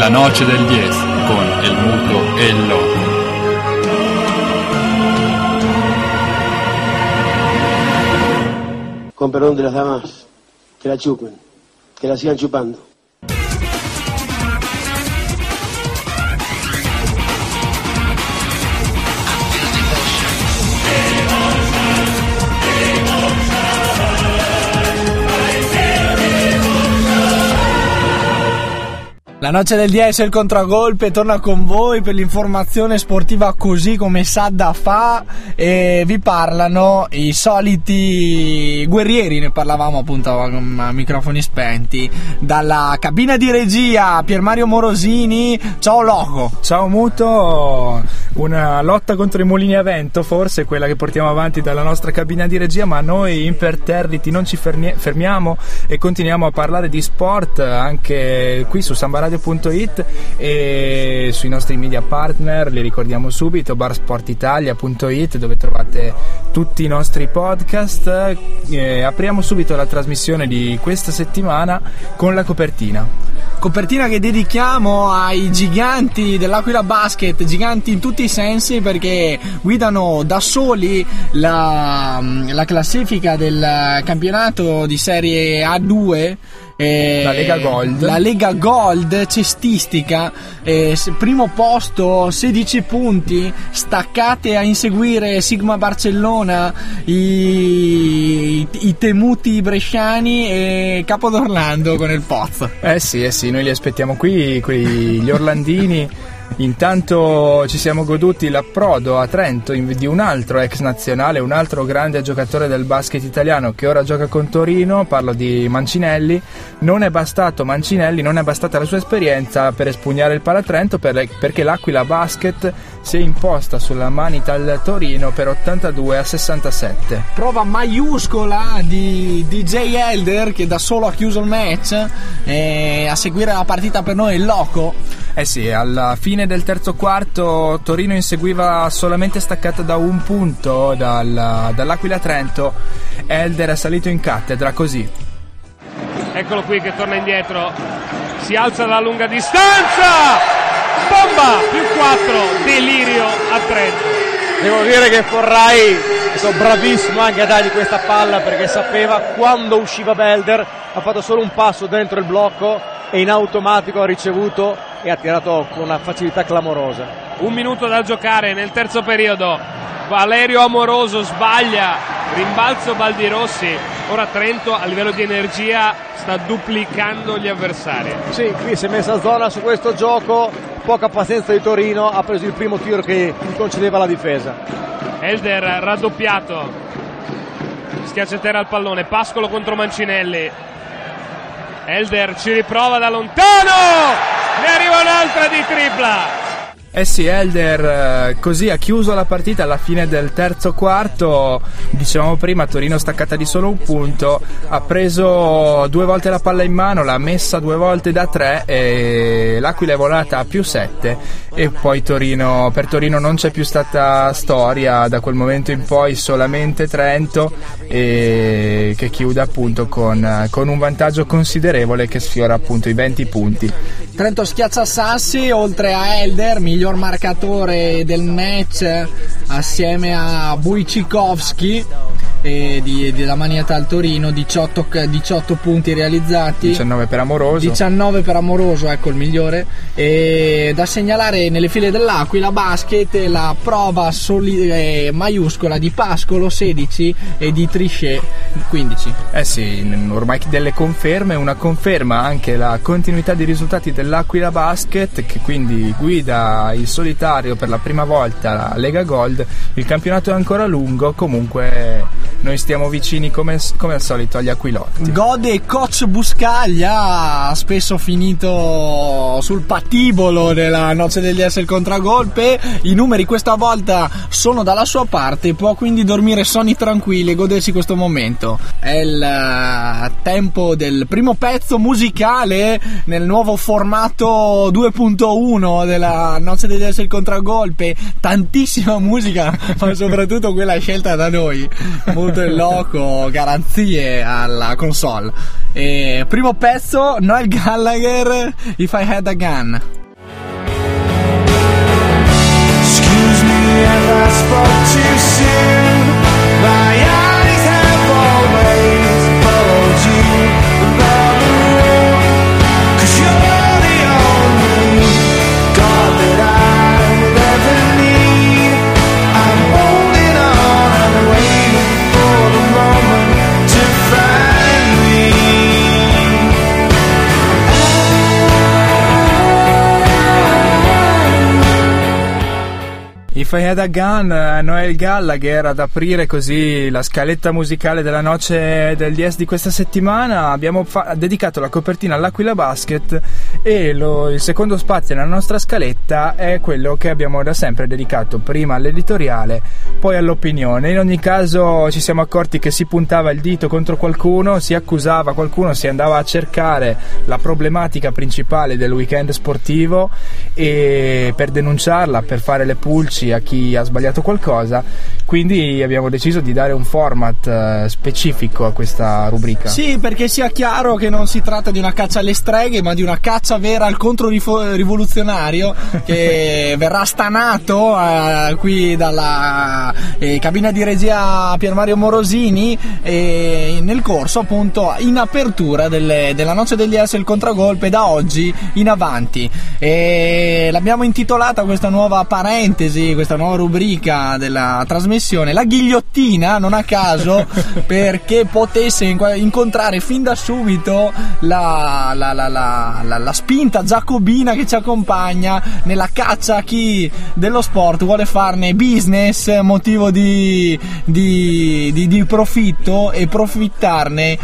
La noche del 10 con El Muto e el Loco. Con perdón de las damas, que la chupen, que la sigan chupando. La noce del 10 il contragolpe torna con voi per l'informazione sportiva così come sa da fa, e vi parlano i soliti guerrieri, ne parlavamo appunto a microfoni spenti, dalla cabina di regia Pier Mario Morosini. Ciao Loco. Ciao Muto. Una lotta contro i mulini a vento, forse quella che portiamo avanti dalla nostra cabina di regia, ma noi imperterriti non ci fermiamo e continuiamo a parlare di sport anche qui su sambaradio.it e sui nostri media partner. Li ricordiamo subito: barsportitalia.it, dove trovate tutti i nostri podcast. Apriamo subito la trasmissione di questa settimana con la copertina che dedichiamo ai giganti dell'Aquila Basket, giganti in tutti i sensi, perché guidano da soli la classifica del campionato di Serie A2, la Lega Gold cestistica, primo posto, 16 punti, staccate a inseguire Sigma Barcellona, i temuti bresciani e Capodorlando con il Pozzo. Sì, noi li aspettiamo qui, gli orlandini. Intanto ci siamo goduti l'approdo a Trento di un altro ex nazionale, un altro grande giocatore del basket italiano che ora gioca con Torino. Parlo di Mancinelli. Non è bastata la sua esperienza per espugnare il Palatrento, perché l'Aquila Basket si è imposta sulla Manital Torino per 82-67. Prova maiuscola di DJ Elder, che da solo ha chiuso il match, a seguire la partita per noi il Loco. Alla fine del terzo quarto Torino inseguiva solamente staccata da un punto dall'Aquila Trento. Elder è salito in cattedra così. Eccolo qui che torna indietro, si alza da lunga distanza, bomba, +4, delirio a Trento. Devo dire che Forrai è stato bravissimo anche a dargli questa palla, perché sapeva quando usciva Belder, ha fatto solo un passo dentro il blocco e in automatico ha ricevuto e ha tirato con una facilità clamorosa. 1 minuto da giocare nel terzo periodo. Valerio Amoroso sbaglia, rimbalzo Baldirossi. Ora Trento a livello di energia sta duplicando gli avversari. Sì, qui si è messa a zona su questo gioco, poca pazienza di Torino, ha preso il primo tiro che gli concedeva la difesa. Elder raddoppiato, schiaccia terra al pallone, Pascolo contro Mancinelli. Elder ci riprova da lontano, ne arriva un'altra di tripla. Elder così ha chiuso la partita alla fine del terzo quarto. Dicevamo prima, Torino staccata di solo un punto, ha preso 2 volte la palla in mano, l'ha messa 2 volte da 3 e l'Aquila è volata a +7, e poi per Torino non c'è più stata storia. Da quel momento in poi solamente Trento, che chiude appunto con un vantaggio considerevole che sfiora appunto i 20 punti. Trento schiaccia Sassi, oltre a Elder, miglior marcatore del match assieme a Wojciechowski della Maniata al Torino, 18 punti realizzati, 19 per Amoroso, ecco il migliore. E da segnalare nelle file dell'Aquila Basket la prova maiuscola di Pascolo 16 e di Trichet 15. Ormai delle conferme, una conferma anche la continuità di risultati dell'Aquila Basket, che quindi guida il solitario per la prima volta la Lega Gold. Il campionato è ancora lungo, comunque noi stiamo vicini come al solito agli aquilotti. Gode coach Buscaglia, spesso finito sul patibolo della noce del DS il contragolpe. I numeri questa volta sono dalla sua parte, può quindi dormire sonni tranquilli e godersi questo momento. È il tempo del primo pezzo musicale nel nuovo formato 2.1 della noce del DS il contragolpe. Tantissima musica, ma soprattutto quella scelta da noi, molto il Loco, garanzie alla console. Primo pezzo, Noel Gallagher, If I Had Had a Gun. Excuse me if I spoke too soon. My eyes have always followed you around the room. 'Cause you're the only God that I will ever need. I'm holding on and waiting for the moment to find me. If I Had a Gun, Noel Gallagher ad aprire così la scaletta musicale della noce del DS di questa settimana. Abbiamo dedicato la copertina all'Aquila Basket e il secondo spazio nella nostra scaletta è quello che abbiamo da sempre dedicato prima all'editoriale, poi all'opinione. In ogni caso ci siamo accorti che si puntava il dito contro qualcuno, si accusava qualcuno, si andava a cercare la problematica principale del weekend sportivo e per denunciarla, per fare le pulci a chi ha sbagliato qualcosa. Quindi abbiamo deciso di dare un format specifico a questa rubrica. Sì, perché sia chiaro che non si tratta di una caccia alle streghe, ma di una caccia vera al controrivoluzionario che verrà stanato qui dalla cabina di regia Pier Mario Morosini nel corso, appunto, in apertura della noce degli DS il contragolpe da oggi in avanti. L'abbiamo intitolata questa nuova parentesi, questa nuova rubrica della trasmissione, La Ghigliottina, non a caso, perché potesse incontrare fin da subito la spinta giacobina che ci accompagna nella caccia a chi dello sport vuole farne business, motivo di profitto e profittarne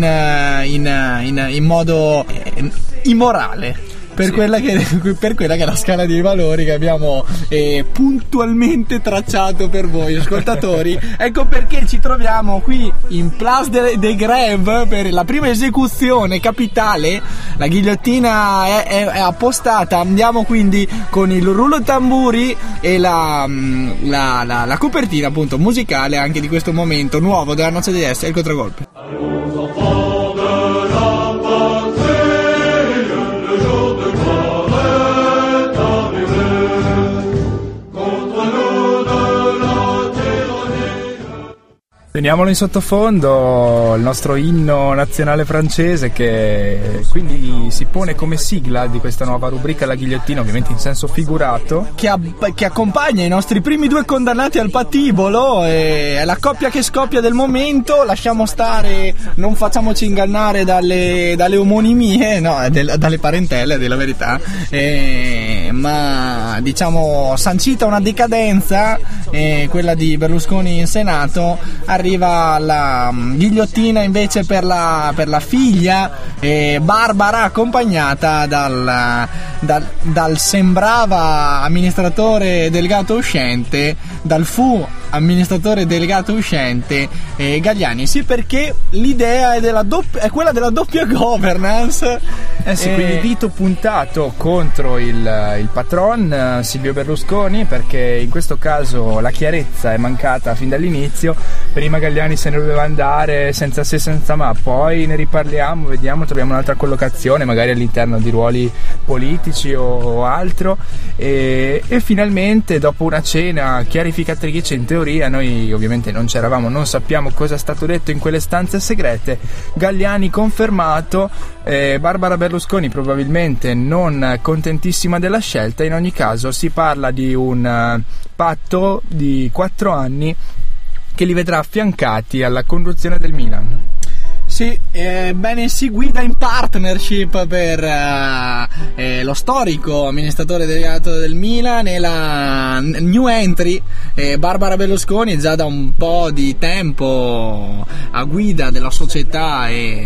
in modo immorale. Per quella che è la scala dei valori che abbiamo puntualmente tracciato per voi ascoltatori. Ecco perché ci troviamo qui in Place de Grève per la prima esecuzione capitale. La ghigliottina è appostata. Andiamo quindi con il rullo tamburi e la copertina, appunto, musicale anche di questo momento nuovo della noce di DS, il contragolpe. Teniamolo in sottofondo il nostro inno nazionale francese, che quindi si pone come sigla di questa nuova rubrica La Ghigliottina, ovviamente in senso figurato, che accompagna i nostri primi due condannati al patibolo. È la coppia che scoppia del momento. Lasciamo stare, non facciamoci ingannare dalle omonimie, no, dalle parentele, a dire la verità, ma diciamo sancita una decadenza, quella di Berlusconi in Senato. Arriva la ghigliottina invece per la figlia Barbara, accompagnata dal sembrava amministratore delegato uscente, dal fu amministratore delegato uscente Galliani. Sì, perché l'idea è quella della doppia governance. Sì, quindi dito puntato contro il patron Silvio Berlusconi, perché in questo caso la chiarezza è mancata fin dall'inizio. Prima Galliani se ne doveva andare senza se senza ma, poi ne riparliamo, vediamo, troviamo un'altra collocazione magari all'interno di ruoli politici o altro, e finalmente dopo una cena chiarificatrice, in teoria noi ovviamente non c'eravamo, non sappiamo cosa è stato detto in quelle stanze segrete, Galliani confermato, Barbara Berlusconi probabilmente non contentissima della scelta. In ogni caso si parla di un patto di 4 anni che li vedrà affiancati alla conduzione del Milan. Sì, bene, si guida in partnership per lo storico amministratore delegato del Milan e la new entry Barbara Berlusconi, già da un po' di tempo a guida della società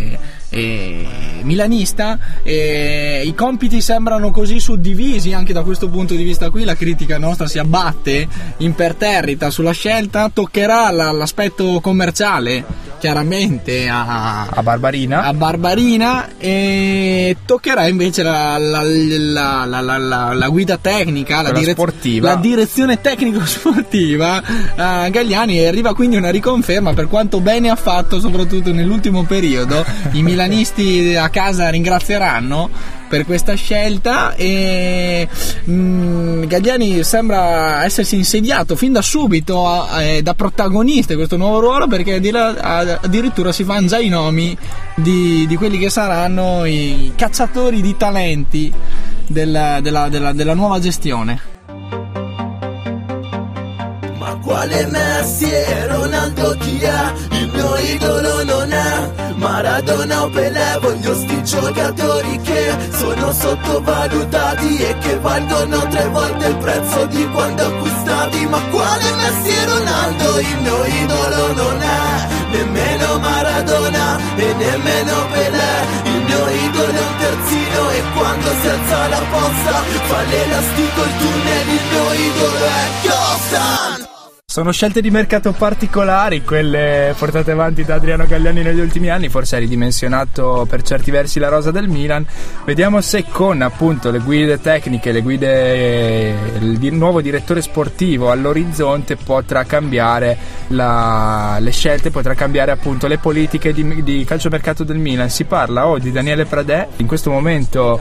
milanista. I compiti sembrano così suddivisi anche da questo punto di vista qui. La critica nostra si abbatte imperterrita sulla scelta. Toccherà l'aspetto commerciale chiaramente a Barbarina, e toccherà invece la guida tecnica, la direzione tecnico sportiva a Galliani, e arriva quindi una riconferma per quanto bene ha fatto soprattutto nell'ultimo periodo. I milanisti a casa ringrazieranno, per questa scelta, e Galliani sembra essersi insediato fin da subito da protagonista in questo nuovo ruolo, perché addirittura si fanno già i nomi di quelli che saranno i cacciatori di talenti della nuova gestione. Ma quale Messi e Ronaldo chi è? Il mio idolo non è Maradona o Pelé, voglio sti giocatori che sono sottovalutati e che valgono 3 volte il prezzo di quando acquistati. Ma quale Messi e Ronaldo? Il mio idolo non è nemmeno Maradona e nemmeno Pelé. Il mio idolo è un terzino e quando si alza la posta fa l'elastico il tunnel. Il mio idolo è Costan. Sono scelte di mercato particolari quelle portate avanti da Adriano Galliani negli ultimi anni, forse ha ridimensionato per certi versi la rosa del Milan. Vediamo se con appunto le guide tecniche, le guide, il nuovo direttore sportivo all'orizzonte potrà cambiare le scelte, potrà cambiare appunto le politiche di calciomercato del Milan. Si parla di Daniele Pradè, in questo momento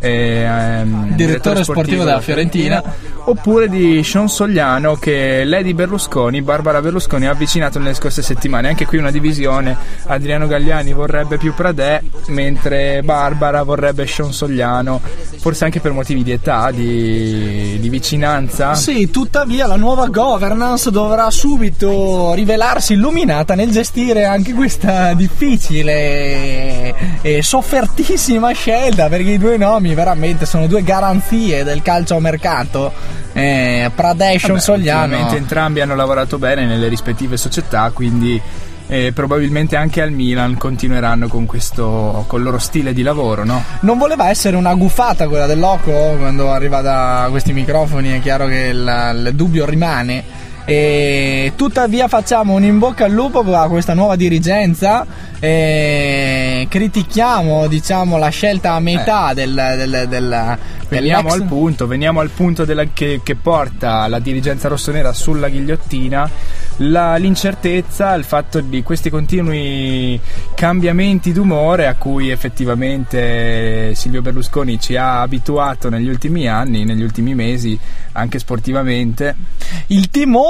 direttore sportivo della Fiorentina, oppure di Sean Sogliano, che Lady Barbara Berlusconi ha avvicinato nelle scorse settimane. Anche qui una divisione: Adriano Galliani vorrebbe più Pradè, mentre Barbara vorrebbe Sean Sogliano, forse anche per motivi di età, di vicinanza. Sì, tuttavia la nuova governance dovrà subito rivelarsi illuminata nel gestire anche questa difficile e soffertissima scelta, perché i due nomi veramente sono due garanzie del calciomercato. Pradè e Sean Sogliano, entrambi hanno lavorato bene nelle rispettive società, quindi probabilmente anche al Milan continueranno con il loro stile di lavoro, no? Non voleva essere una gufata quella del Loco quando arriva da questi microfoni, è chiaro che il dubbio rimane. E tuttavia facciamo un in bocca al lupo a questa nuova dirigenza, critichiamo la scelta a metà veniamo al punto che porta la dirigenza rossonera sulla ghigliottina, l'incertezza, il fatto di questi continui cambiamenti d'umore a cui effettivamente Silvio Berlusconi ci ha abituato negli ultimi anni, negli ultimi mesi, anche sportivamente. Il timore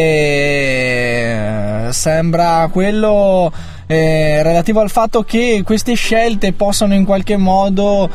sembra quello relativo al fatto che queste scelte possano in qualche modo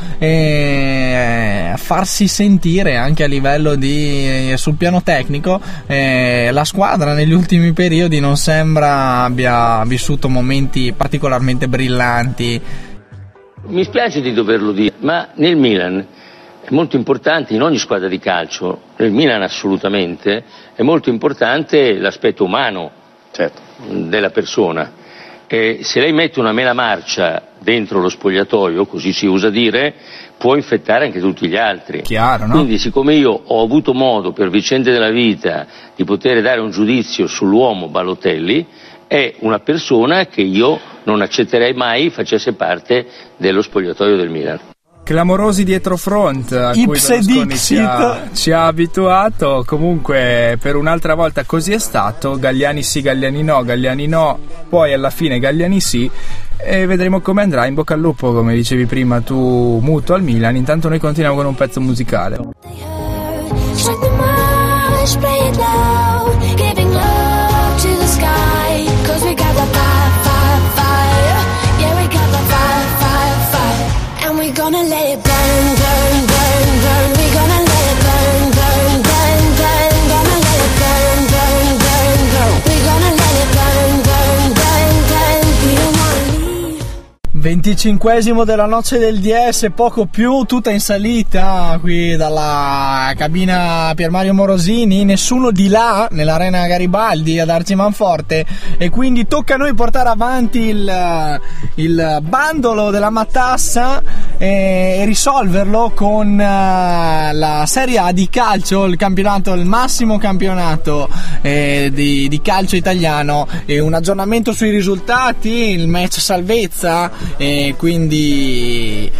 farsi sentire anche a livello sul piano tecnico. La squadra negli ultimi periodi non sembra abbia vissuto momenti particolarmente brillanti. Mi spiace di doverlo dire, ma nel Milan è molto importante, in ogni squadra di calcio, nel Milan assolutamente, è molto importante l'aspetto umano, certo, della persona. Se lei mette una mela marcia dentro lo spogliatoio, così si usa dire, può infettare anche tutti gli altri. Chiaro, no? Quindi, siccome io ho avuto modo per vicende della vita di poter dare un giudizio sull'uomo Balotelli, è una persona che io non accetterei mai facesse parte dello spogliatoio del Milan. Clamorosi dietrofront a cui Berlusconi ci ha abituato. Comunque per un'altra volta così è stato: Galliani sì, Galliani no, poi alla fine Galliani sì, e vedremo come andrà. In bocca al lupo, come dicevi prima tu, Muto, al Milan. Intanto noi continuiamo con un pezzo musicale. We're gonna let it burn, burn, burn, burn. We're gonna let it burn, burn, burn, burn. Gonna let it burn, burn, burn, burn. We're gonna let it burn, burn, burn, burn. We don't wanna leave. 25esimo della noce del DS, poco più, tutta in salita qui dalla cabina Pier Mario Morosini, nessuno di là nell'arena Garibaldi ad Arcimanforte, e quindi tocca a noi portare avanti il bandolo della matassa e risolverlo con la Serie A di calcio, il massimo campionato di calcio italiano, e un aggiornamento sui risultati, il match salvezza, e quindi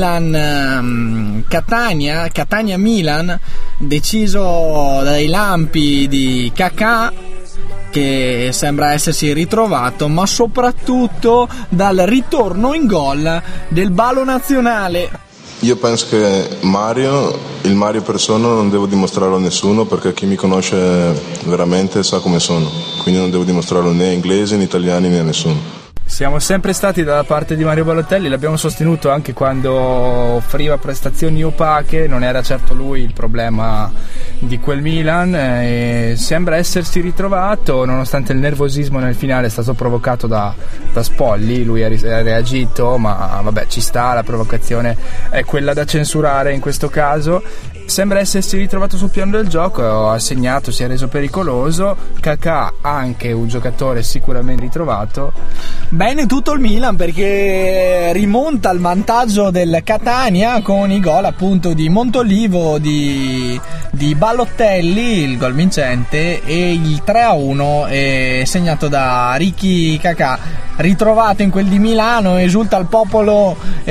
Catania-Milan, deciso dai lampi di Kakà, che sembra essersi ritrovato, ma soprattutto dal ritorno in gol del Balo nazionale. Io penso che il Mario persona non devo dimostrarlo a nessuno, perché chi mi conosce veramente sa come sono, quindi non devo dimostrarlo né a inglesi né italiani né a nessuno. Siamo sempre stati dalla parte di Mario Balotelli, l'abbiamo sostenuto anche quando offriva prestazioni opache, non era certo lui il problema di quel Milan, e sembra essersi ritrovato nonostante il nervosismo nel finale è stato provocato da Spolli. Lui ha reagito, ma vabbè, ci sta, la provocazione è quella da censurare in questo caso. Sembra essersi ritrovato sul piano del gioco, ha segnato, si è reso pericoloso. Kakà anche un giocatore sicuramente ritrovato. Bene tutto il Milan, perché rimonta il vantaggio del Catania con i gol appunto di Montolivo, di Balotelli, il gol vincente, e il 3-1 segnato da Ricky Kakà. Ritrovato in quel di Milano, esulta il popolo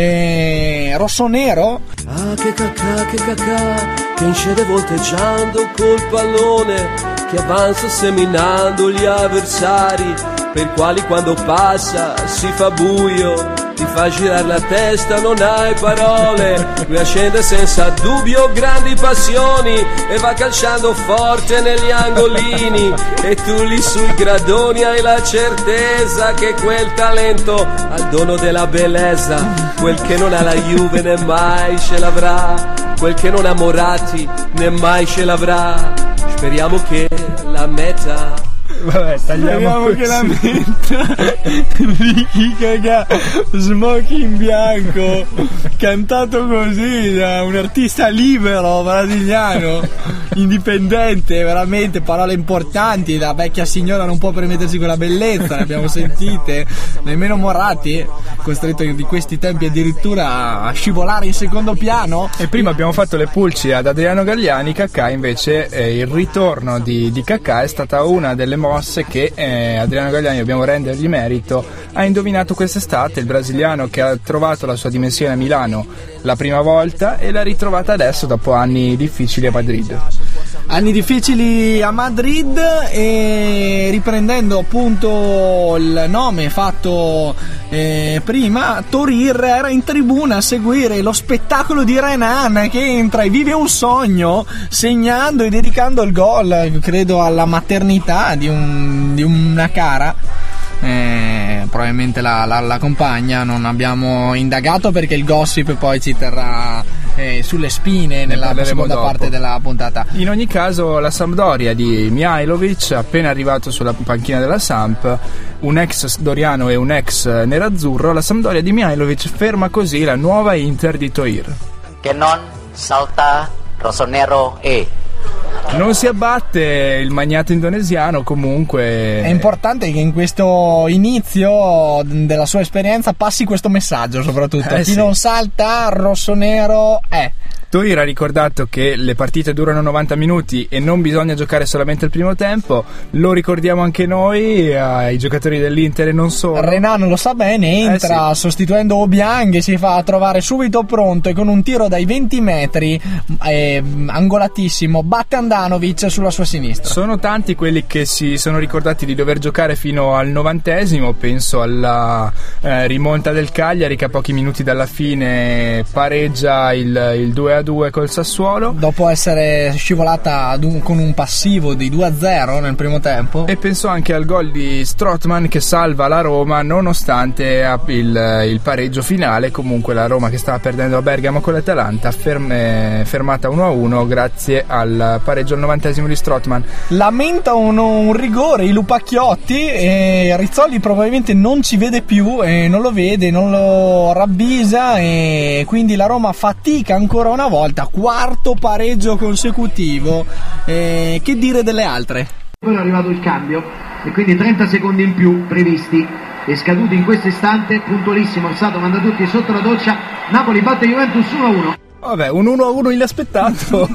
rossonero. Ah, che Kakà, che incede volteggiando col pallone, che avanza seminando gli avversari, per quali quando passa si fa buio, ti fa girare la testa, non hai parole. Lui ascende senza dubbio grandi passioni e va calciando forte negli angolini, e tu lì sui gradoni hai la certezza che quel talento ha il dono della bellezza. Quel che non ha la Juve né mai ce l'avrà, quel che non ha Moratti né mai ce l'avrà. Speriamo che la meta. Vabbè, tagliamo che la metta. Ricky Kakà, smoking bianco, cantato così da un artista libero brasiliano, indipendente, veramente parole importanti. La vecchia signora non può permettersi quella bellezza, le abbiamo sentite. Nemmeno Moratti, costretto di questi tempi addirittura a scivolare in secondo piano. E prima abbiamo fatto le pulci ad Adriano Galliani. Kakà invece, il ritorno di Kakà è stata una delle mosse che Adriano Galliani, dobbiamo rendergli merito, ha indovinato quest'estate. Il brasiliano che ha trovato la sua dimensione a Milano la prima volta e l'ha ritrovata adesso dopo anni difficili a Madrid. Anni difficili a Madrid, e riprendendo appunto il nome fatto prima, Torir era in tribuna a seguire lo spettacolo di Renan, che entra e vive un sogno segnando e dedicando il gol, credo alla maternità di una cara. Probabilmente la compagna, non abbiamo indagato perché il gossip poi ci terrà sulle spine nella seconda parte della puntata. In ogni caso, la Sampdoria di Mihajlovic, appena arrivato sulla panchina della Samp, un ex doriano e un ex nerazzurro, la Sampdoria di Mihajlovic ferma così la nuova Inter di Toir. Che non salta rossonero e non si abbatte il magnate indonesiano. Comunque è importante che in questo inizio della sua esperienza passi questo messaggio, soprattutto chi non salta rossonero è. Toir ha ricordato che le partite durano 90 minuti e non bisogna giocare solamente il primo tempo. Lo ricordiamo anche noi, ai giocatori dell'Inter e non solo. Renan lo sa bene, entra sostituendo Obiang e si fa trovare subito pronto, e con un tiro dai 20 metri angolatissimo batte Andanovic sulla sua sinistra. Sono tanti quelli che si sono ricordati di dover giocare fino al 90esimo. Penso alla rimonta del Cagliari, che a pochi minuti dalla fine pareggia il 2-2 col Sassuolo, dopo essere scivolata con un passivo di 2-0 nel primo tempo. E penso anche al gol di Strootman che salva la Roma nonostante il pareggio finale. Comunque la Roma, che stava perdendo a Bergamo con l'Atalanta, fermata 1-1 grazie al pareggio al 90esimo di Strootman. Lamenta un rigore i Lupacchiotti, e Rizzoli probabilmente non ci vede più, non lo vede, non lo ravvisa, e quindi la Roma fatica ancora una volta. Quarto pareggio consecutivo. Che dire delle altre? Poi è arrivato il cambio e quindi 30 secondi in più previsti e scaduti in questo istante. Puntualissimo, Sato manda tutti sotto la doccia. Napoli batte Juventus 1-1. Vabbè, un 1-1 inaspettato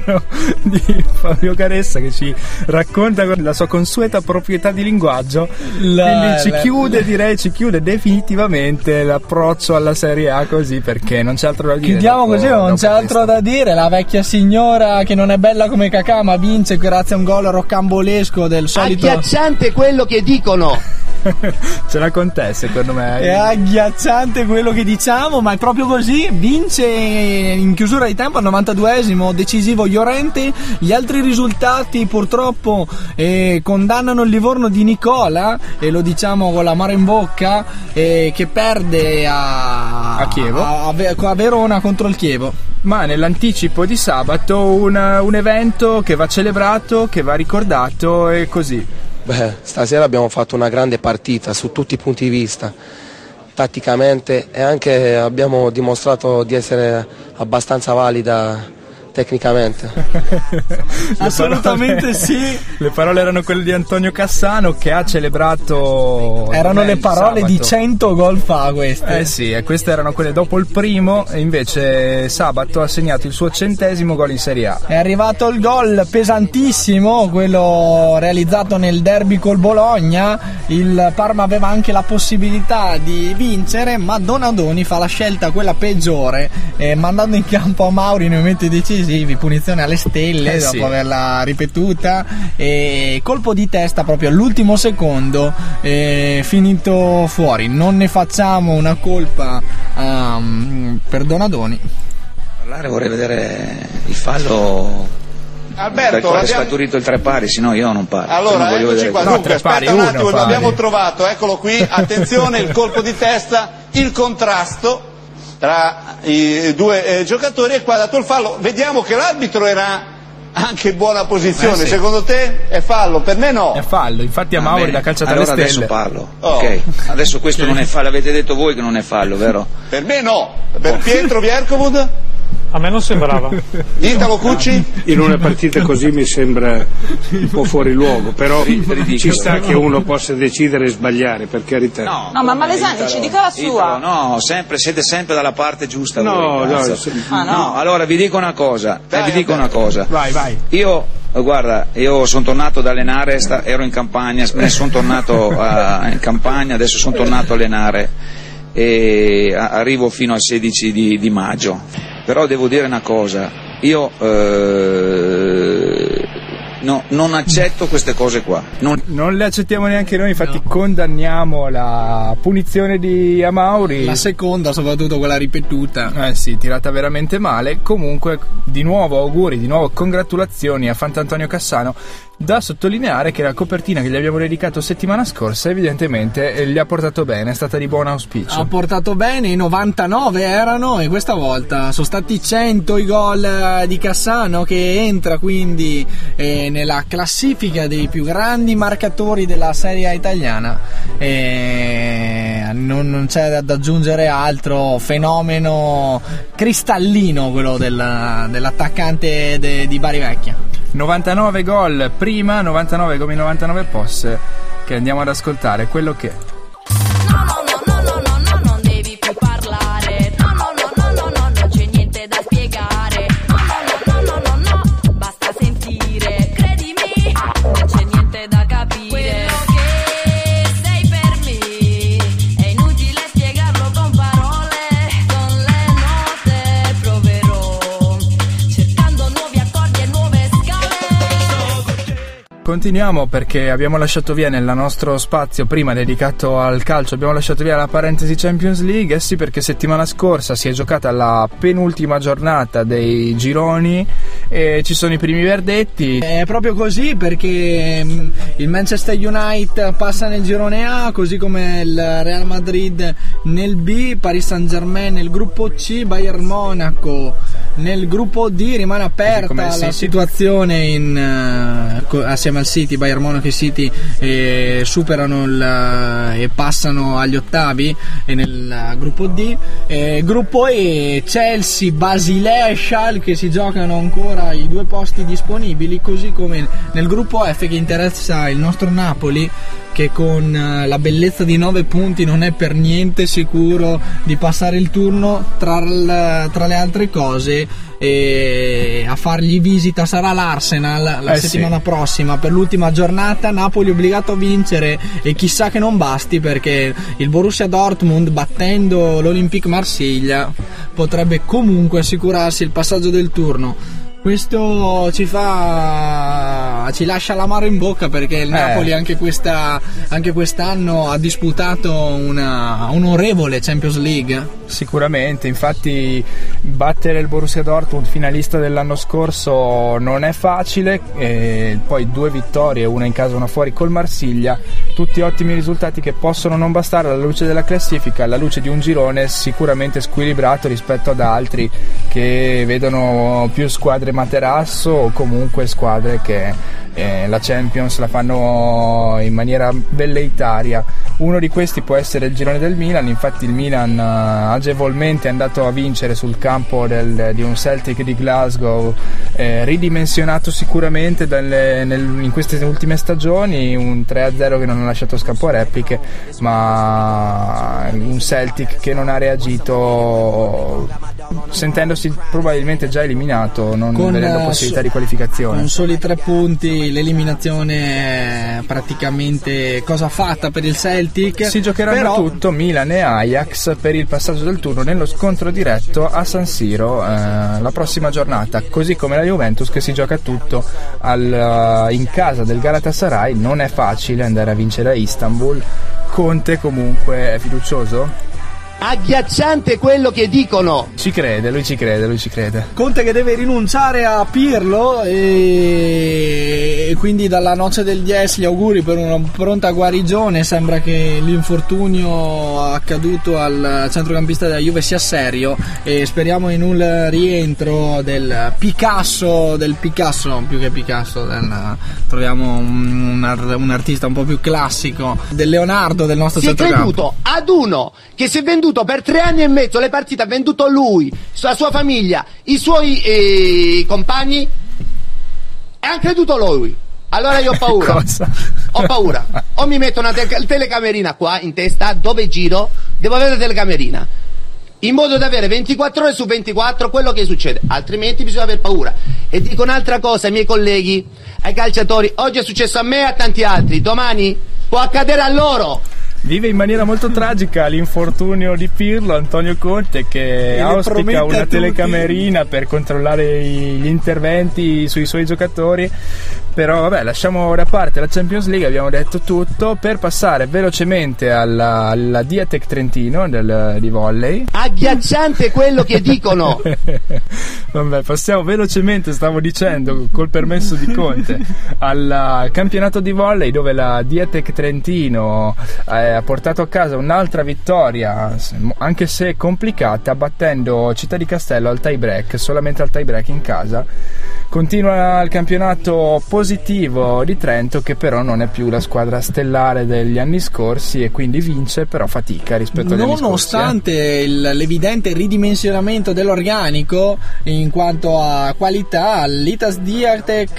di Fabio Caressa, che ci racconta la sua consueta proprietà di linguaggio. Quindi ci chiude definitivamente l'approccio alla Serie A così, perché non c'è altro da dire. Chiudiamo così, non c'è altro da dire. La vecchia signora che non è bella come Kakà, ma vince grazie a un gol roccambolesco del solito. Agghiacciante quello che dicono. Ce l'ha con te, secondo me. È agghiacciante quello che diciamo, ma è proprio così. Vince in chiusura di tempo al 92esimo, decisivo Llorente. Gli altri risultati purtroppo condannano il Livorno di Nicola, e lo diciamo con l'amaro in bocca, che perde a Chievo, a Verona contro il Chievo. Ma nell'anticipo di sabato un evento che va celebrato, che va ricordato, e così. Beh, stasera abbiamo fatto una grande partita su tutti i punti di vista, tatticamente, e anche abbiamo dimostrato di essere abbastanza valida tecnicamente. Assolutamente sì. Le parole erano quelle di Antonio Cassano, che ha celebrato. Erano le parole sabato. di 100 gol fa queste. Sì, e queste erano quelle dopo il primo, e invece sabato ha segnato il suo 100° gol in Serie A. È arrivato il gol pesantissimo, quello realizzato nel derby col Bologna. Il Parma aveva anche la possibilità di vincere, ma Donadoni fa la scelta quella peggiore, mandando in campo a Mauri nei momenti decisivi, punizione alle stelle dopo averla ripetuta, e colpo di testa proprio all'ultimo secondo, finito fuori. Non ne facciamo una colpa per Donadoni. Vorrei vedere il fallo. Alberto, per quale è scaturito il 3 pari, sennò io non parlo. Allora, eccoci qua. Dunque, aspetta un attimo, lo abbiamo trovato, eccolo qui. Attenzione, il colpo di testa, il contrasto tra i due giocatori, e qua ha dato il fallo. Vediamo che l'arbitro era anche in buona posizione. Sì. Secondo te è fallo? Per me no. È fallo, infatti a Mauri l'ha calciata alle stelle. Adesso parlo. Ok, adesso questo non è fallo, avete detto voi che non è fallo, vero? Per me no. Per Pietro Vierkovud? A me non sembrava. Italo Cucci? In una partita così mi sembra un po' fuori luogo, però ci sta che uno possa decidere e sbagliare, per carità. No, ma Malesani ci dica la sua. No, siete sempre dalla parte giusta. No, no, allora vi dico una cosa. Vai. Io sono tornato ad allenare, ero in campagna, sono tornato in campagna, adesso sono tornato a allenare e arrivo fino al 16 di maggio. Però devo dire una cosa, io non accetto queste cose qua. Non le accettiamo neanche noi, infatti condanniamo la punizione di Amauri. La seconda, soprattutto quella ripetuta. Sì, tirata veramente male. Comunque, di nuovo auguri, di nuovo congratulazioni a Fantantonio Cassano. Da sottolineare che la copertina che gli abbiamo dedicato settimana scorsa evidentemente gli ha portato bene, è stata di buon auspicio. Ha portato bene, i 99 erano, e questa volta sono stati 100 i gol di Cassano, che entra quindi nella classifica dei più grandi marcatori della Serie A italiana. Non c'è da aggiungere altro, fenomeno cristallino quello dell'attaccante di Bari Vecchia. 99 gol prima, 99 come 99 post, che andiamo ad ascoltare quello che... non devi più parlare. No, non c'è niente da spiegare. No, basta sentire. Credimi, non c'è niente da capire. Quello che sei per me è inutile spiegarlo con parole. Con le note proverò, cercando nuovi accordi e nuove scale. Continuiamo, perché abbiamo lasciato via nel nostro spazio prima dedicato al calcio, abbiamo lasciato via la parentesi Champions League. Sì, perché settimana scorsa si è giocata la penultima giornata dei gironi e ci sono i primi verdetti. È proprio così, perché il Manchester United passa nel girone A, così come il Real Madrid nel B, Paris Saint-Germain nel gruppo C, Bayern Monaco nel gruppo D. Rimane aperta la situazione assieme al City. Bayern Monaco e City superano e passano agli ottavi, e nel gruppo D. Gruppo E, Chelsea, Basilea e Schalke si giocano ancora i due posti disponibili, così come nel gruppo F, che interessa il nostro Napoli, che con la bellezza di 9 punti non è per niente sicuro di passare il turno. Tra le altre cose, a fargli visita sarà l'Arsenal la settimana prossima per l'ultima giornata. Napoli obbligato a vincere, e chissà che non basti, perché il Borussia Dortmund, battendo l'Olympique Marsiglia, potrebbe comunque assicurarsi il passaggio del turno. Questo ci fa lascia l'amaro in bocca, perché il Napoli anche quest'anno ha disputato una onorevole Champions League. Sicuramente, infatti battere il Borussia Dortmund, finalista dell'anno scorso, non è facile, e poi 2 vittorie, una in casa una fuori col Marsiglia, tutti ottimi risultati che possono non bastare alla luce della classifica, alla luce di un girone sicuramente squilibrato rispetto ad altri che vedono più squadre materasso o comunque squadre che la Champions la fanno in maniera velleitaria. Uno di questi può essere il girone del Milan, infatti il Milan agevolmente è andato a vincere sul campo di un Celtic di Glasgow, ridimensionato sicuramente in queste ultime stagioni, un 3-0 che non ha lasciato scampo a repliche, ma un Celtic che non ha reagito, sentendosi probabilmente già eliminato, non vedendo possibilità di qualificazione. Con soli 3 punti l'eliminazione è praticamente cosa fatta per il Celtic. Si giocheranno tutto Milan e Ajax per il passaggio del turno nello scontro diretto a San Siro la prossima giornata, così come la Juventus che si gioca tutto in casa del Galatasaray. Non è facile andare a vincere a Istanbul. Conte comunque è fiducioso? Agghiacciante quello che dicono. Ci crede, lui ci crede. Conte che deve rinunciare a Pirlo, e quindi dalla noce del 10 gli auguri per una pronta guarigione. Sembra che l'infortunio accaduto al centrocampista della Juve sia serio, e speriamo in un rientro del Picasso, più che Picasso, troviamo un artista un po' più classico, del Leonardo del nostro centrocampo. Si è creduto ad uno che si è venduto per 3 anni e mezzo le partite, ha venduto lui, la sua famiglia, i suoi compagni, e ha creduto lui. Allora io ho paura. Cosa? Ho paura. O mi metto una telecamerina qua in testa, dove giro devo avere la telecamerina, in modo da avere 24 ore su 24 quello che succede, altrimenti bisogna aver paura. E dico un'altra cosa ai miei colleghi, ai calciatori: oggi è successo a me e a tanti altri, domani può accadere a loro. Vive in maniera molto tragica l'infortunio di Pirlo, Antonio Conte, che auspica una telecamerina per controllare gli interventi sui suoi giocatori. Però vabbè, lasciamo da parte la Champions League, abbiamo detto tutto, per passare velocemente alla Diatec Trentino di volley. Agghiacciante quello che dicono. Vabbè, passiamo velocemente, stavo dicendo, col permesso di Conte, al campionato di volley, dove la Diatec Trentino ha portato a casa un'altra vittoria, anche se complicata, battendo Città di Castello al tie break, solamente al tie break in casa. Continua il campionato positivo di Trento, che però non è più la squadra stellare degli anni scorsi, e quindi vince, però fatica rispetto agli anni scorsi. Nonostante l'evidente ridimensionamento dell'organico in quanto a qualità, l'Itas Diatec,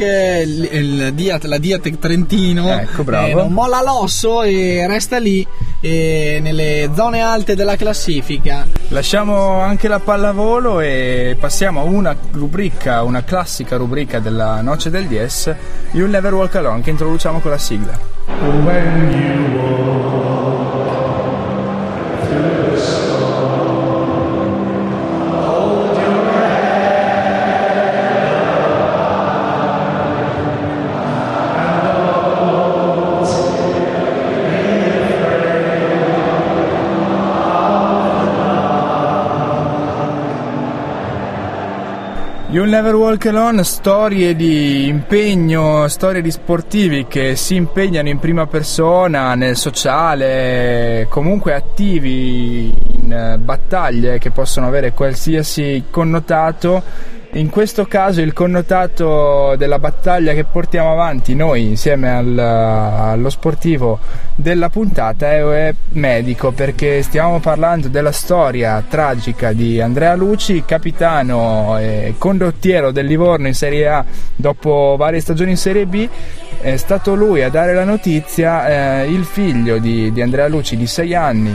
la Diatec Trentino, ecco, bravo, non molla l'osso e resta lì nelle zone alte della classifica. Lasciamo anche la pallavolo e passiamo a una classica rubrica della Noce del Dies, You'll Never Walk Alone, che introduciamo con la sigla. When you walk through the storm, hold your head and don't be afraid You'll Never Walk Alone, storie di impegno, storie di sportivi che si impegnano in prima persona, nel sociale, comunque attivi in battaglie che possono avere qualsiasi connotato. In questo caso il connotato della battaglia che portiamo avanti noi insieme allo sportivo della puntata è medico, perché stiamo parlando della storia tragica di Andrea Luci, capitano e condottiero del Livorno in Serie A dopo varie stagioni in Serie B. È stato lui a dare la notizia, il figlio di Andrea Luci di 6 anni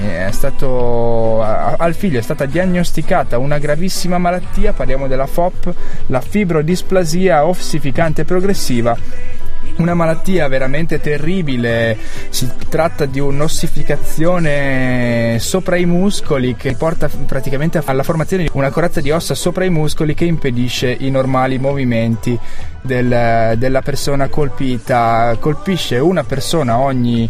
al figlio è stata diagnosticata una gravissima malattia, parliamo della FOP, la fibrodisplasia ossificante progressiva, una malattia veramente terribile. Si tratta di un'ossificazione sopra i muscoli che porta praticamente alla formazione di una corazza di ossa sopra i muscoli che impedisce i normali movimenti della persona colpita. Colpisce una persona ogni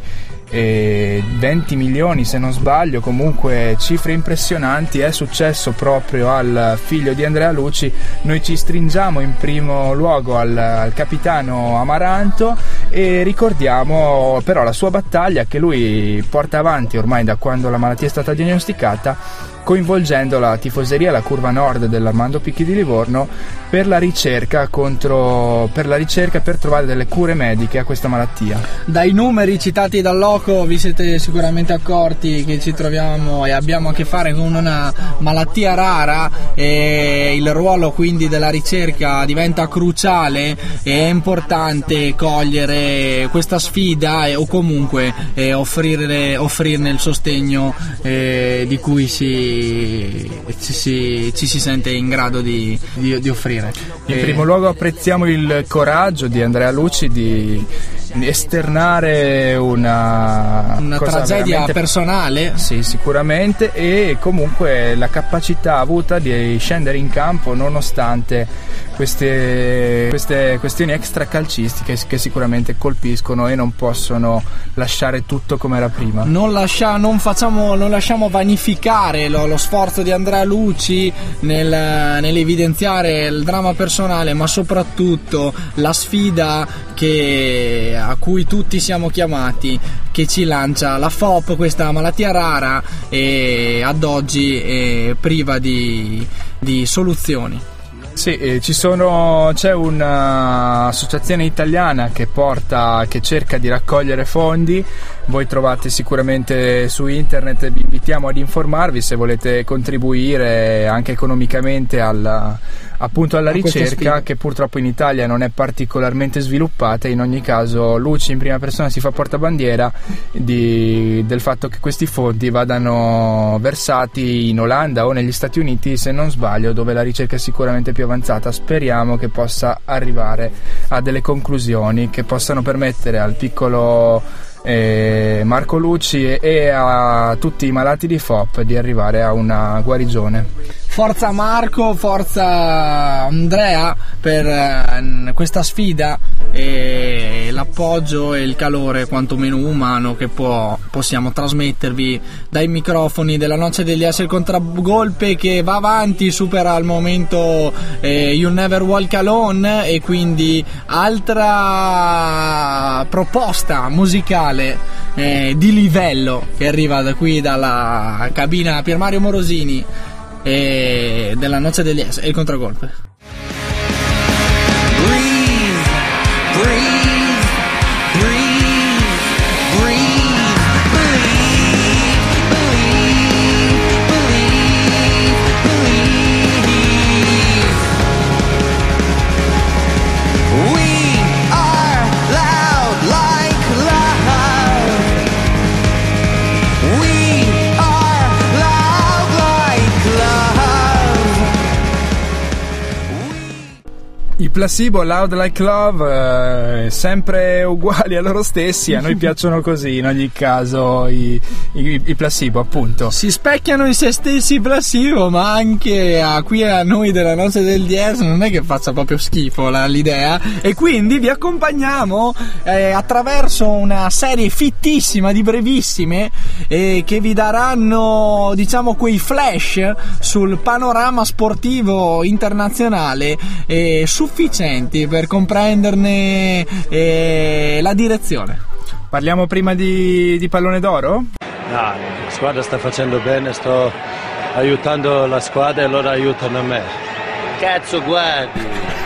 20 milioni se non sbaglio, comunque cifre impressionanti. È successo proprio al figlio di Andrea Lucci. Noi ci stringiamo in primo luogo al capitano Amaranto e ricordiamo però la sua battaglia che lui porta avanti ormai da quando la malattia è stata diagnosticata, coinvolgendo la tifoseria, la curva nord dell'Armando Picchi di Livorno per la ricerca per trovare delle cure mediche a questa malattia. Dai numeri citati dal Loco vi siete sicuramente accorti che ci troviamo e abbiamo a che fare con una malattia rara, e il ruolo quindi della ricerca diventa cruciale. È importante cogliere questa sfida o comunque offrirne il sostegno di cui ci si sente in grado di offrire. In primo luogo apprezziamo il coraggio di Andrea Lucci di esternare una tragedia personale, sì, sicuramente, e comunque la capacità avuta di scendere in campo nonostante queste questioni extracalcistiche che sicuramente colpiscono e non possono lasciare tutto come era prima. Non lasciamo vanificare lo sforzo di Andrea Lucci nell'evidenziare il dramma personale, ma soprattutto la sfida a cui tutti siamo chiamati, che ci lancia la FOP, questa malattia rara e ad oggi priva di soluzioni. Sì, c'è un'associazione italiana che cerca di raccogliere fondi. Voi trovate sicuramente su internet, vi invitiamo ad informarvi se volete contribuire anche economicamente alla ricerca, che purtroppo in Italia non è particolarmente sviluppata. In ogni caso Lucci in prima persona si fa portabandiera del fatto che questi fondi vadano versati in Olanda o negli Stati Uniti, se non sbaglio, dove la ricerca è sicuramente più avanzata. Speriamo che possa arrivare a delle conclusioni che possano permettere al piccolo Marco Lucci e a tutti i malati di FOP di arrivare a una guarigione. Forza Marco, forza Andrea per questa sfida, e l'appoggio e il calore quantomeno umano che possiamo trasmettervi dai microfoni della Noce degli As, il contragolpe che va avanti, supera al momento You'll Never Walk Alone, e quindi altra proposta musicale di livello che arriva da qui dalla cabina Pier Mario Morosini e della Noce degli As, e il contragolpe. I Placebo, Loud Like Love, sempre uguali a loro stessi. A noi piacciono così in ogni caso i Placebo, appunto. Si specchiano in se stessi i Placebo, ma anche qui a noi della Noce del Jazz non è che faccia proprio schifo l'idea, e quindi vi accompagniamo attraverso una serie fittissima di brevissime che vi daranno, diciamo, quei flash sul panorama sportivo internazionale sufficienti per comprenderne la direzione. Parliamo prima di pallone d'oro? No, la squadra sta facendo bene, sto aiutando la squadra e loro aiutano me. Cazzo guardi!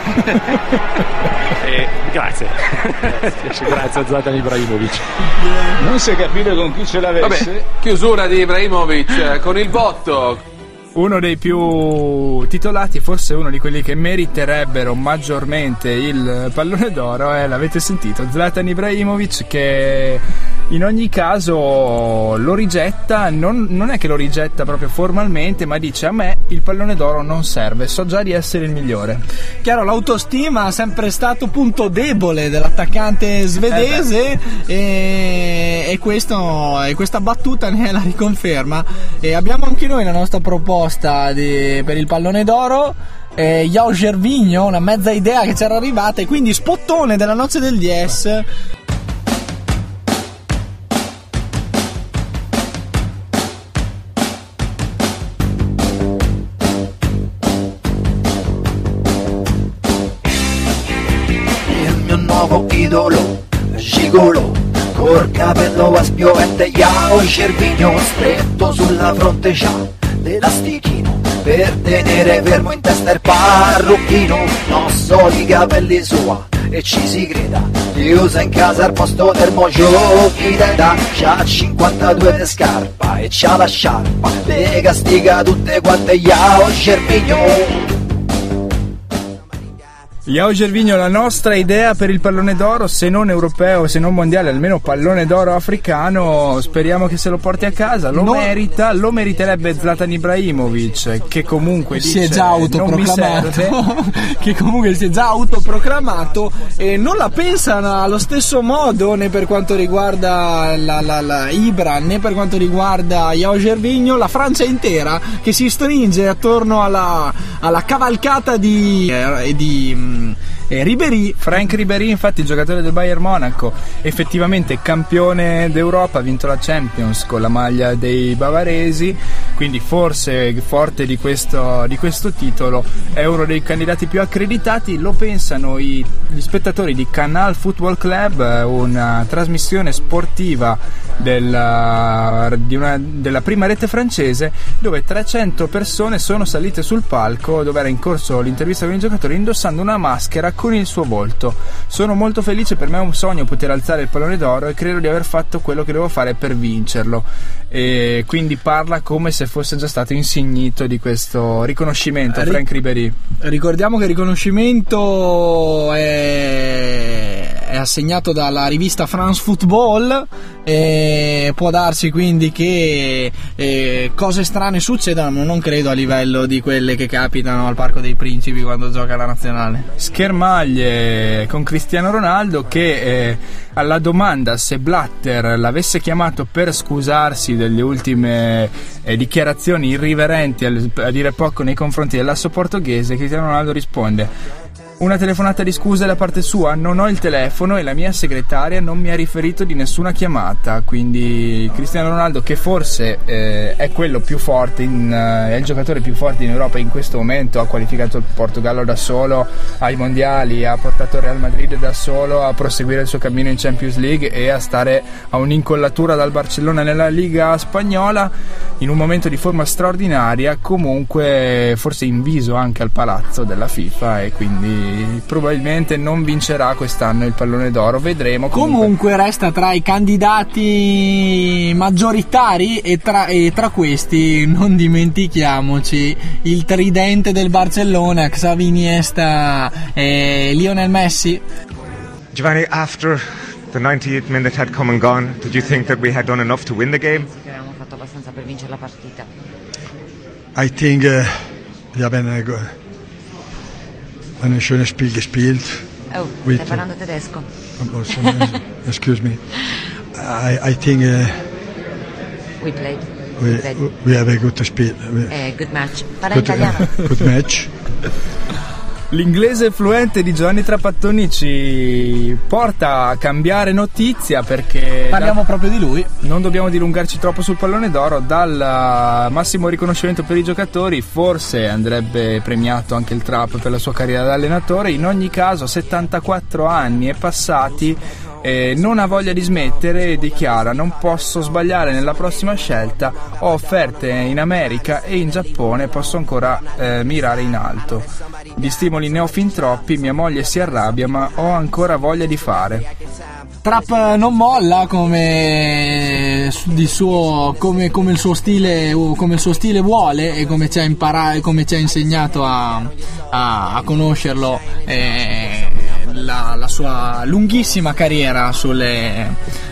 Grazie. Grazie a Zlatan Ibrahimovic. Non si è capito con chi ce l'avesse. Vabbè, chiusura di Ibrahimovic con il botto. Uno dei più titolati, forse uno di quelli che meriterebbero maggiormente il pallone d'oro, l'avete sentito, Zlatan Ibrahimovic, che In ogni caso lo rigetta, non è che lo rigetta proprio formalmente, ma dice: a me il pallone d'oro non serve, so già di essere il migliore. Chiaro, l'autostima è sempre stato punto debole dell'attaccante svedese e questa battuta ne è la riconferma. E abbiamo anche noi la nostra proposta per il pallone d'oro. João Gervinho, una mezza idea che c'era arrivata, e quindi spottone della noce del 10. Il mio nuovo idolo, gigolo, col capello a spiovente, João Gervinho, stretto sulla fronte c'ha l'elastichino per tenere fermo in testa il parrucchino, non so i capelli sua e ci si creda, chiusa in casa al posto del giochi d'età, c'ha 52 di scarpa e c'ha la sciarpa, le castiga tutte quante João Gervinho. João Gervinho, la nostra idea per il pallone d'oro, se non europeo, se non mondiale, almeno pallone d'oro africano. Speriamo che se lo porti a casa, lo merita, lo meriterebbe Zlatan Ibrahimovic, che comunque si è già autoproclamato che comunque si è già autoproclamato e non la pensano allo stesso modo né per quanto riguarda la Ibra né per quanto riguarda João Gervinho, la Francia intera che si stringe attorno alla cavalcata di Ribéry. Franck Ribéry, infatti, il giocatore del Bayern Monaco, effettivamente campione d'Europa, ha vinto la Champions con la maglia dei bavaresi, quindi forse forte di questo titolo è uno dei candidati più accreditati. Lo pensano gli spettatori di Canal Football Club, una trasmissione sportiva della prima rete francese, dove 300 persone sono salite sul palco dove era in corso l'intervista con i giocatori indossando una maschera con il suo volto. Sono molto felice, per me è un sogno poter alzare il pallone d'oro e credo di aver fatto quello che devo fare per vincerlo, e quindi parla come se fosse già stato insignito di questo riconoscimento. Franck Ribéry, ricordiamo che il riconoscimento è assegnato dalla rivista France Football e può darsi quindi che cose strane succedano, non credo a livello di quelle che capitano al Parco dei Principi quando gioca la nazionale. Schermaglie con Cristiano Ronaldo che alla domanda se Blatter l'avesse chiamato per scusarsi delle ultime dichiarazioni irriverenti, a dire poco, nei confronti dell'asso portoghese, Cristiano Ronaldo risponde: una telefonata di scuse da parte sua? Non ho il telefono e la mia segretaria non mi ha riferito di nessuna chiamata. Quindi Cristiano Ronaldo, che forse è quello più forte, è il giocatore più forte in Europa in questo momento, ha qualificato il Portogallo da solo ai mondiali, ha portato il Real Madrid da solo a proseguire il suo cammino in Champions League e a stare a un'incollatura dal Barcellona nella Liga spagnola, in un momento di forma straordinaria, comunque forse inviso anche al palazzo della FIFA, e quindi probabilmente non vincerà quest'anno il pallone d'oro, vedremo. Comunque resta tra i candidati maggioritari e tra questi non dimentichiamoci il tridente del Barcellona, Xavi, Iniesta e Lionel Messi. Giovanni, after the 98th minute had come and gone, did you think that we had done enough to win the game? Che avevamo fatto abbastanza per vincere la partita. I think wir haben ein schönes Spiel gespielt. Oh, stai parlando tedesco. Excuse me. I think we have a good spiel. Good match. Parla in italiano. Good match. L'inglese fluente di Giovanni Trapattoni ci porta a cambiare notizia, perché parliamo proprio di lui. Non dobbiamo dilungarci troppo sul pallone d'oro. Dal massimo riconoscimento per i giocatori forse andrebbe premiato anche il Trapp per la sua carriera da allenatore. In ogni caso, 74 anni e passati, non ha voglia di smettere e dichiara: non posso sbagliare nella prossima scelta, ho offerte in America e in Giappone, posso ancora mirare in alto, di stimoli ne ho fin troppi, mia moglie si arrabbia ma ho ancora voglia di fare. Trapp non molla come il suo stile vuole e come ci ha insegnato a conoscerlo, la sua lunghissima carriera sulle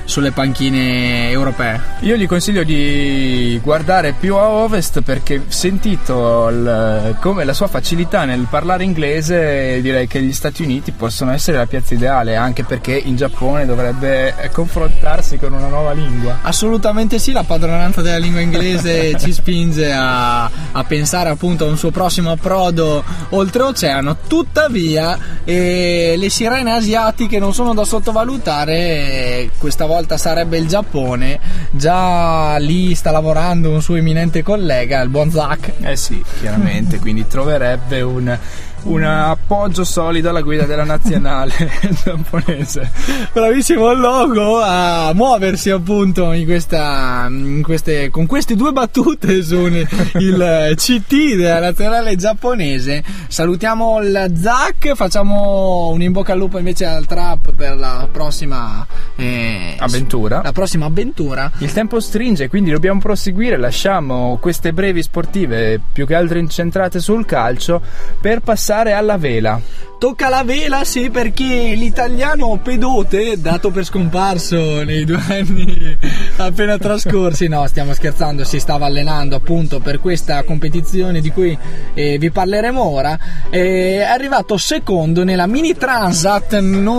sulle panchine europee. Io gli consiglio di guardare più a ovest, perché sentito come la sua facilità nel parlare inglese, direi che gli Stati Uniti possono essere la piazza ideale, anche perché in Giappone dovrebbe confrontarsi con una nuova lingua. Assolutamente sì, la padronanza della lingua inglese ci spinge a pensare appunto a un suo prossimo approdo oltreoceano. Tuttavia le sirene asiatiche non sono da sottovalutare, questa volta sarebbe il Giappone. Già lì sta lavorando un suo eminente collega, il buon Zach. Sì, chiaramente, quindi troverebbe un appoggio solido alla guida della nazionale giapponese. Bravissimo il logo a muoversi appunto con queste due battute su il CT della nazionale giapponese. Salutiamo il Zach, facciamo un in bocca al lupo invece al Trap per la prossima avventura. Il tempo stringe, quindi dobbiamo proseguire. Lasciamo queste brevi sportive più che altro incentrate sul calcio per passare alla vela. Tocca la vela, sì, perché l'italiano Pedote, dato per scomparso nei 2 anni appena trascorsi, no, stiamo scherzando, si stava allenando appunto per questa competizione di cui vi parleremo ora, è arrivato secondo nella mini transat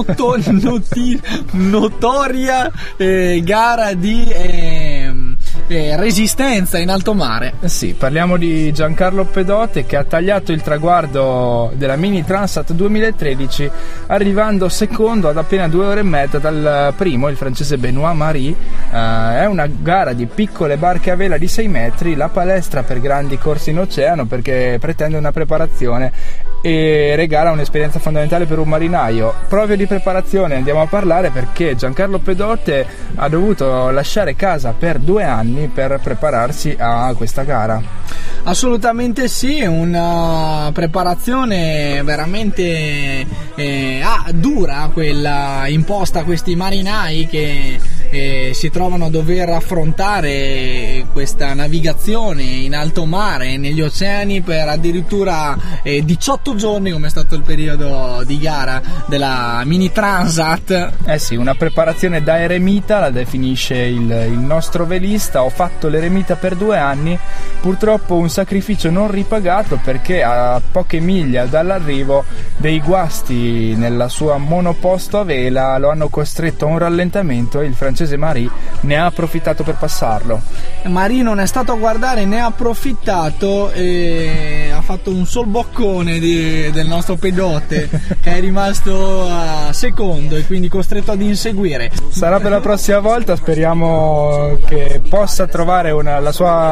notoria gara di resistenza in alto mare. Sì, parliamo di Giancarlo Pedote, che ha tagliato il traguardo della mini transat 2013 arrivando secondo ad appena 2 ore e mezza dal primo, il francese Benoît Marie. È una gara di piccole barche a vela di 6 metri, la palestra per grandi corsi in oceano, perché pretende una preparazione e regala un'esperienza fondamentale per un marinaio. Proprio di preparazione andiamo a parlare, perché Giancarlo Pedote ha dovuto lasciare casa per 2 anni per prepararsi a questa gara. Assolutamente sì, una preparazione veramente dura, quella imposta a questi marinai che si trovano a dover affrontare questa navigazione in alto mare negli oceani per addirittura 18 giorni, come è stato il periodo di gara della mini transat. Sì, una preparazione da eremita, la definisce il nostro velista. Ho fatto l'eremita per 2 anni, purtroppo un sacrificio non ripagato, perché a poche miglia dall'arrivo dei guasti nella sua monoposto a vela lo hanno costretto a un rallentamento e il francese Marie ne ha approfittato per passarlo. Marie non è stato a guardare, ne ha approfittato e ha fatto un sol boccone del nostro Pedote, che è rimasto secondo e quindi costretto ad inseguire. Sarà per la prossima volta, speriamo che possa trovare la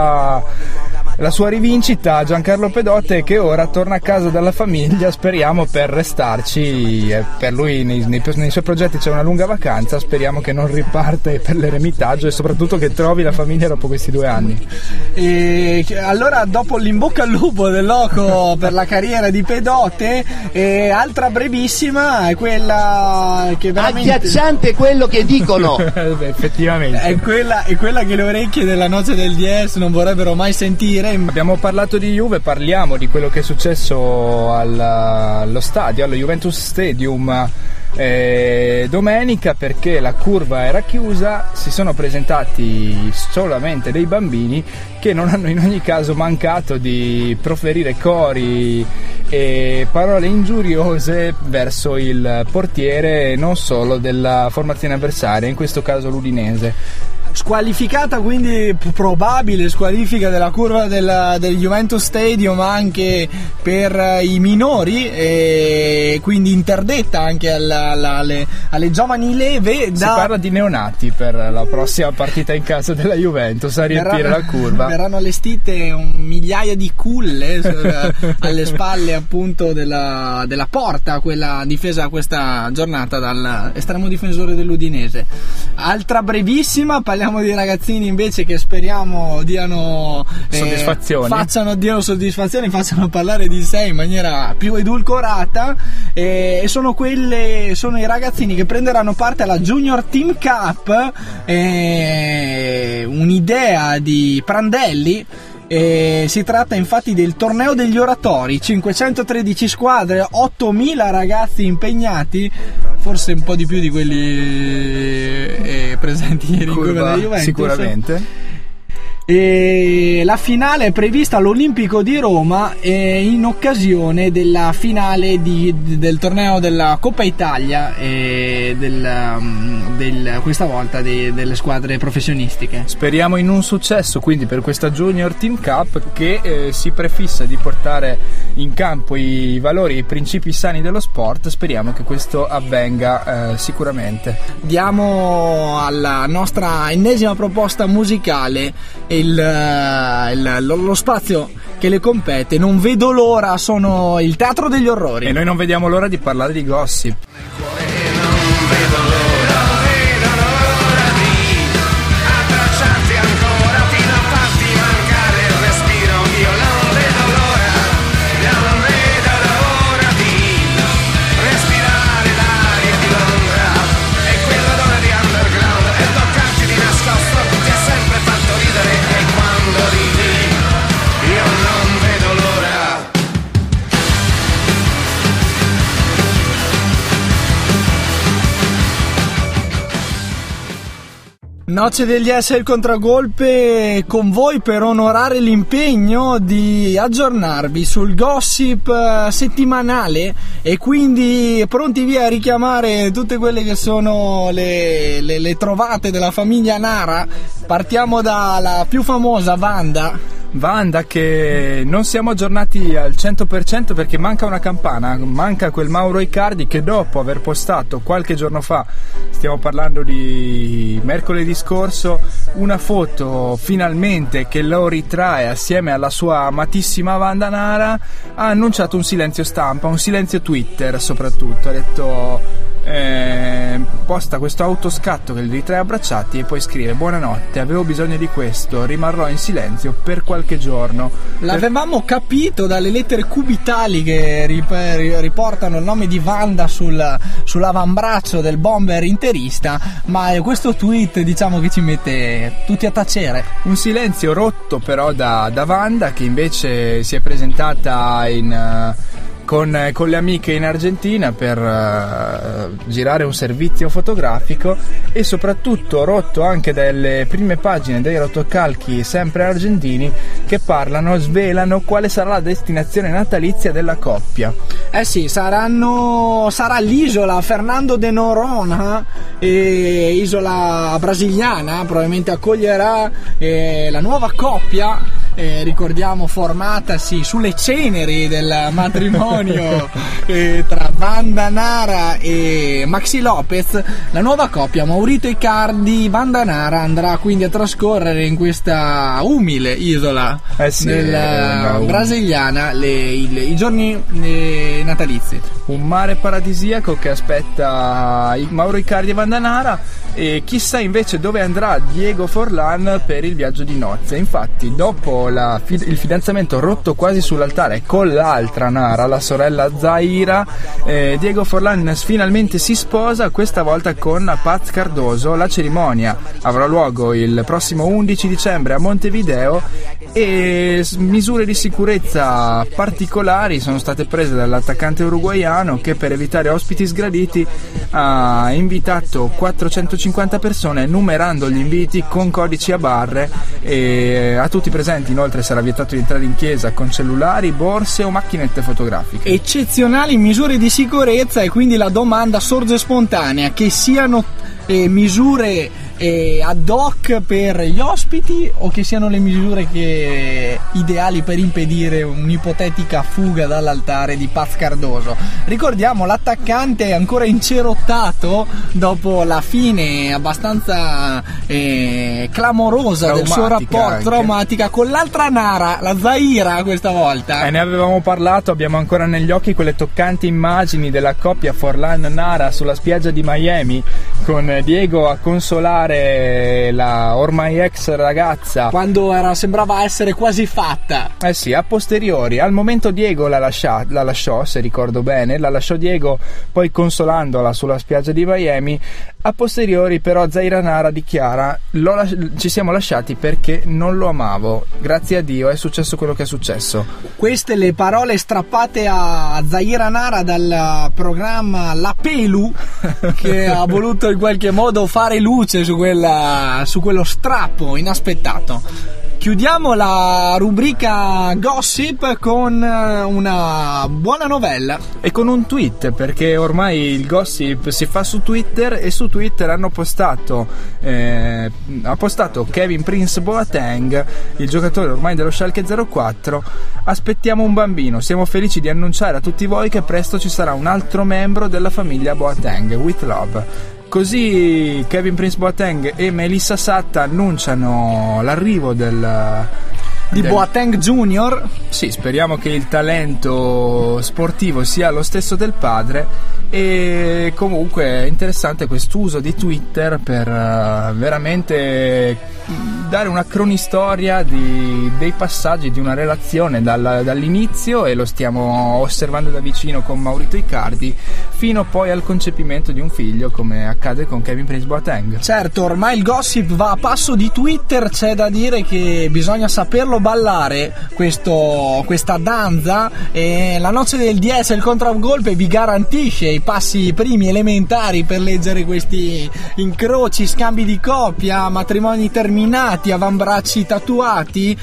sua rivincita Giancarlo Pedote, che ora torna a casa dalla famiglia, speriamo, per restarci. Per lui nei suoi progetti c'è una lunga vacanza, speriamo che non riparte per l'eremitaggio e soprattutto che trovi la famiglia dopo questi 2 anni. E allora, dopo l'in-bocca al lupo del loco per la carriera di Pedote, altra brevissima è quella che veramente agghiacciante, quello che dicono. Effettivamente è quella che le orecchie della noce del DS non vorrebbero mai sentire. Abbiamo parlato di Juve, parliamo di quello che è successo allo stadio, allo Juventus Stadium domenica, perché la curva era chiusa. Si sono presentati solamente dei bambini che non hanno in ogni caso mancato di proferire cori e parole ingiuriose verso il portiere, non solo della formazione avversaria, in questo caso l'Udinese. Squalificata, quindi probabile squalifica della curva del Juventus Stadium anche per i minori, e quindi interdetta anche alle giovani leve. Si parla di neonati per la prossima partita in casa della Juventus a riempire la curva. Verranno allestite migliaia di culle alle spalle appunto della porta, quella difesa questa giornata dal estremo difensore dell'Udinese. Altra brevissima, parliamo di ragazzini invece che speriamo diano soddisfazioni, facciano parlare di sé in maniera più edulcorata, e sono i ragazzini che prenderanno parte alla Junior Team Cup, un'idea di Prandelli. Si tratta infatti del torneo degli oratori, 513 squadre, 8.000 ragazzi impegnati, forse un po' di più di quelli presenti ieri in curva della Juventus. Sicuramente. E la finale è prevista all'Olimpico di Roma in occasione della finale del torneo della Coppa Italia e questa volta delle squadre professionistiche. Speriamo in un successo quindi per questa Junior Team Cup che si prefissa di portare in campo i valori e i principi sani dello sport. Speriamo che questo avvenga sicuramente. Diamo alla nostra ennesima proposta musicale lo spazio che le compete. Non vedo l'ora, sono il Teatro degli Orrori e noi non vediamo l'ora di parlare di gossip. Noce degli S il contragolpe con voi per onorare l'impegno di aggiornarvi sul gossip settimanale e quindi pronti via a richiamare tutte quelle che sono le trovate della famiglia Nara. Partiamo dalla più famosa Wanda, che non siamo aggiornati al 100% perché manca una campana, manca quel Mauro Icardi che dopo aver postato qualche giorno fa, stiamo parlando di mercoledì scorso, una foto finalmente che lo ritrae assieme alla sua amatissima Wanda Nara, ha annunciato un silenzio stampa, un silenzio Twitter soprattutto, ha detto posta questo autoscatto che li ritrae abbracciati e poi scrive: buonanotte, avevo bisogno di questo, rimarrò in silenzio per qualche giorno. L'avevamo capito dalle lettere cubitali che riportano il nome di Wanda sull'avambraccio del bomber interista, ma questo tweet diciamo che ci mette tutti a tacere. Un silenzio rotto però da Wanda, che invece si è presentata con le amiche in Argentina per girare un servizio fotografico, e soprattutto rotto anche dalle prime pagine dei rotocalchi sempre argentini che svelano quale sarà la destinazione natalizia della coppia. Sì, sarà l'isola Fernando de Noronha, isola brasiliana, probabilmente accoglierà la nuova coppia. Ricordiamo formatasi sulle ceneri del matrimonio tra Wanda Nara e Maxi Lopez. La nuova coppia Maurito Icardi Wanda Nara andrà quindi a trascorrere in questa umile isola brasiliana i giorni natalizi. Un mare paradisiaco che aspetta Mauro Icardi e Wanda Nara, e chissà invece dove andrà Diego Forlán per il viaggio di nozze. Infatti dopo il fidanzamento rotto quasi sull'altare con l'altra Nara, la sorella Zaira, Diego Forlán finalmente si sposa, questa volta con Paz Cardoso. La cerimonia avrà luogo il prossimo 11 dicembre a Montevideo e misure di sicurezza particolari sono state prese dall'attaccante uruguaiano, che per evitare ospiti sgraditi ha invitato 450 persone, numerando gli inviti con codici a barre, e a tutti i presenti inoltre sarà vietato di entrare in chiesa con cellulari, borse o macchinette fotografiche. Eccezionali misure di sicurezza, e quindi la domanda sorge spontanea: che siano misure ad hoc per gli ospiti o che siano le misure ideali per impedire un'ipotetica fuga dall'altare di Paz Cardoso. Ricordiamo, l'attaccante è ancora incerottato dopo la fine abbastanza clamorosa del suo rapporto, traumatica, con l'altra Nara, la Zaira questa volta. Ne avevamo parlato, abbiamo ancora negli occhi quelle toccanti immagini della coppia Forlán-Nara sulla spiaggia di Miami, con Diego a consolare la ormai ex ragazza quando sembrava essere quasi fatta. Eh sì, a posteriori, al momento Diego la lasciò, se ricordo bene, la lasciò Diego poi consolandola sulla spiaggia di Miami. A posteriori però Zaira Nara dichiara: ci siamo lasciati perché non lo amavo, grazie a Dio è successo quello che è successo. Queste le parole strappate a Zaira Nara dal programma La Pelu, che ha voluto in qualche modo fare luce su quello strappo inaspettato. Chiudiamo la rubrica Gossip con una buona novella e con un tweet, perché ormai il gossip si fa su Twitter, e su Twitter ha postato Kevin Prince Boateng, il giocatore ormai dello Schalke 04: aspettiamo un bambino, siamo felici di annunciare a tutti voi che presto ci sarà un altro membro della famiglia Boateng, with love. Così Kevin Prince Boateng e Melissa Satta annunciano l'arrivo di Boateng Junior. Sì, speriamo che il talento sportivo sia lo stesso del padre. E comunque è interessante quest'uso di Twitter per veramente dare una cronistoria dei passaggi di una relazione dall'inizio, e lo stiamo osservando da vicino con Maurito Icardi, fino poi al concepimento di un figlio, come accade con Kevin Prince Boateng. Certo, ormai il gossip va a passo di Twitter, c'è da dire che bisogna saperlo ballare questa danza, e la noce del DS, il contragolpe, vi garantisce i passi primi elementari per leggere questi incroci, scambi di coppia, matrimoni terminati, avambracci tatuati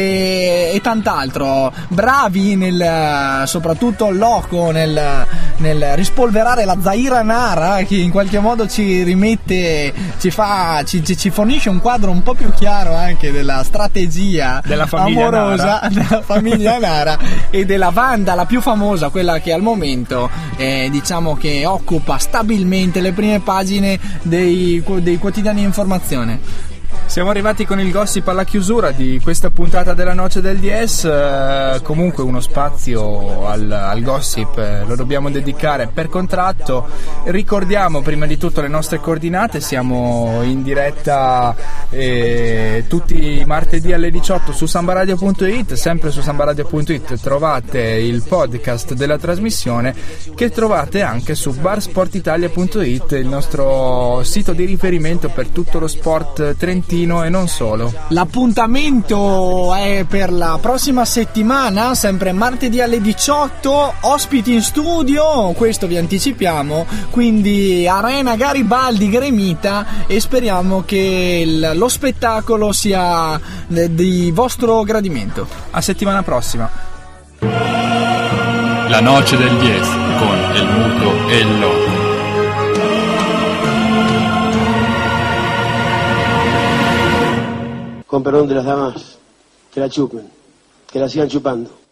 e tant'altro. Bravi soprattutto Loco nel rispolverare la Zaira Nara, che in qualche modo ci rimette, ci fornisce un quadro un po' più chiaro anche della strategia della famiglia amorosa Nara. Della famiglia Nara e della Wanda, la più famosa, quella che al momento diciamo che occupa stabilmente le prime pagine dei quotidiani di informazione. Siamo arrivati con il gossip alla chiusura di questa puntata della Noce del DS. Comunque uno spazio al gossip lo dobbiamo dedicare per contratto. Ricordiamo prima di tutto le nostre coordinate: siamo in diretta tutti i martedì alle 18 su sambaradio.it. Sempre su sambaradio.it trovate il podcast della trasmissione, che trovate anche su barsportitalia.it, il nostro sito di riferimento per tutto lo sport trentino e non solo. L'appuntamento è per la prossima settimana, sempre martedì alle 18, ospiti in studio, questo vi anticipiamo, quindi Arena Garibaldi Gremita, e speriamo che lo spettacolo sia di vostro gradimento. A settimana prossima. La Noce del 10 con El Muto e il Loco. Con perdón de las damas, que la chupen, que la sigan chupando.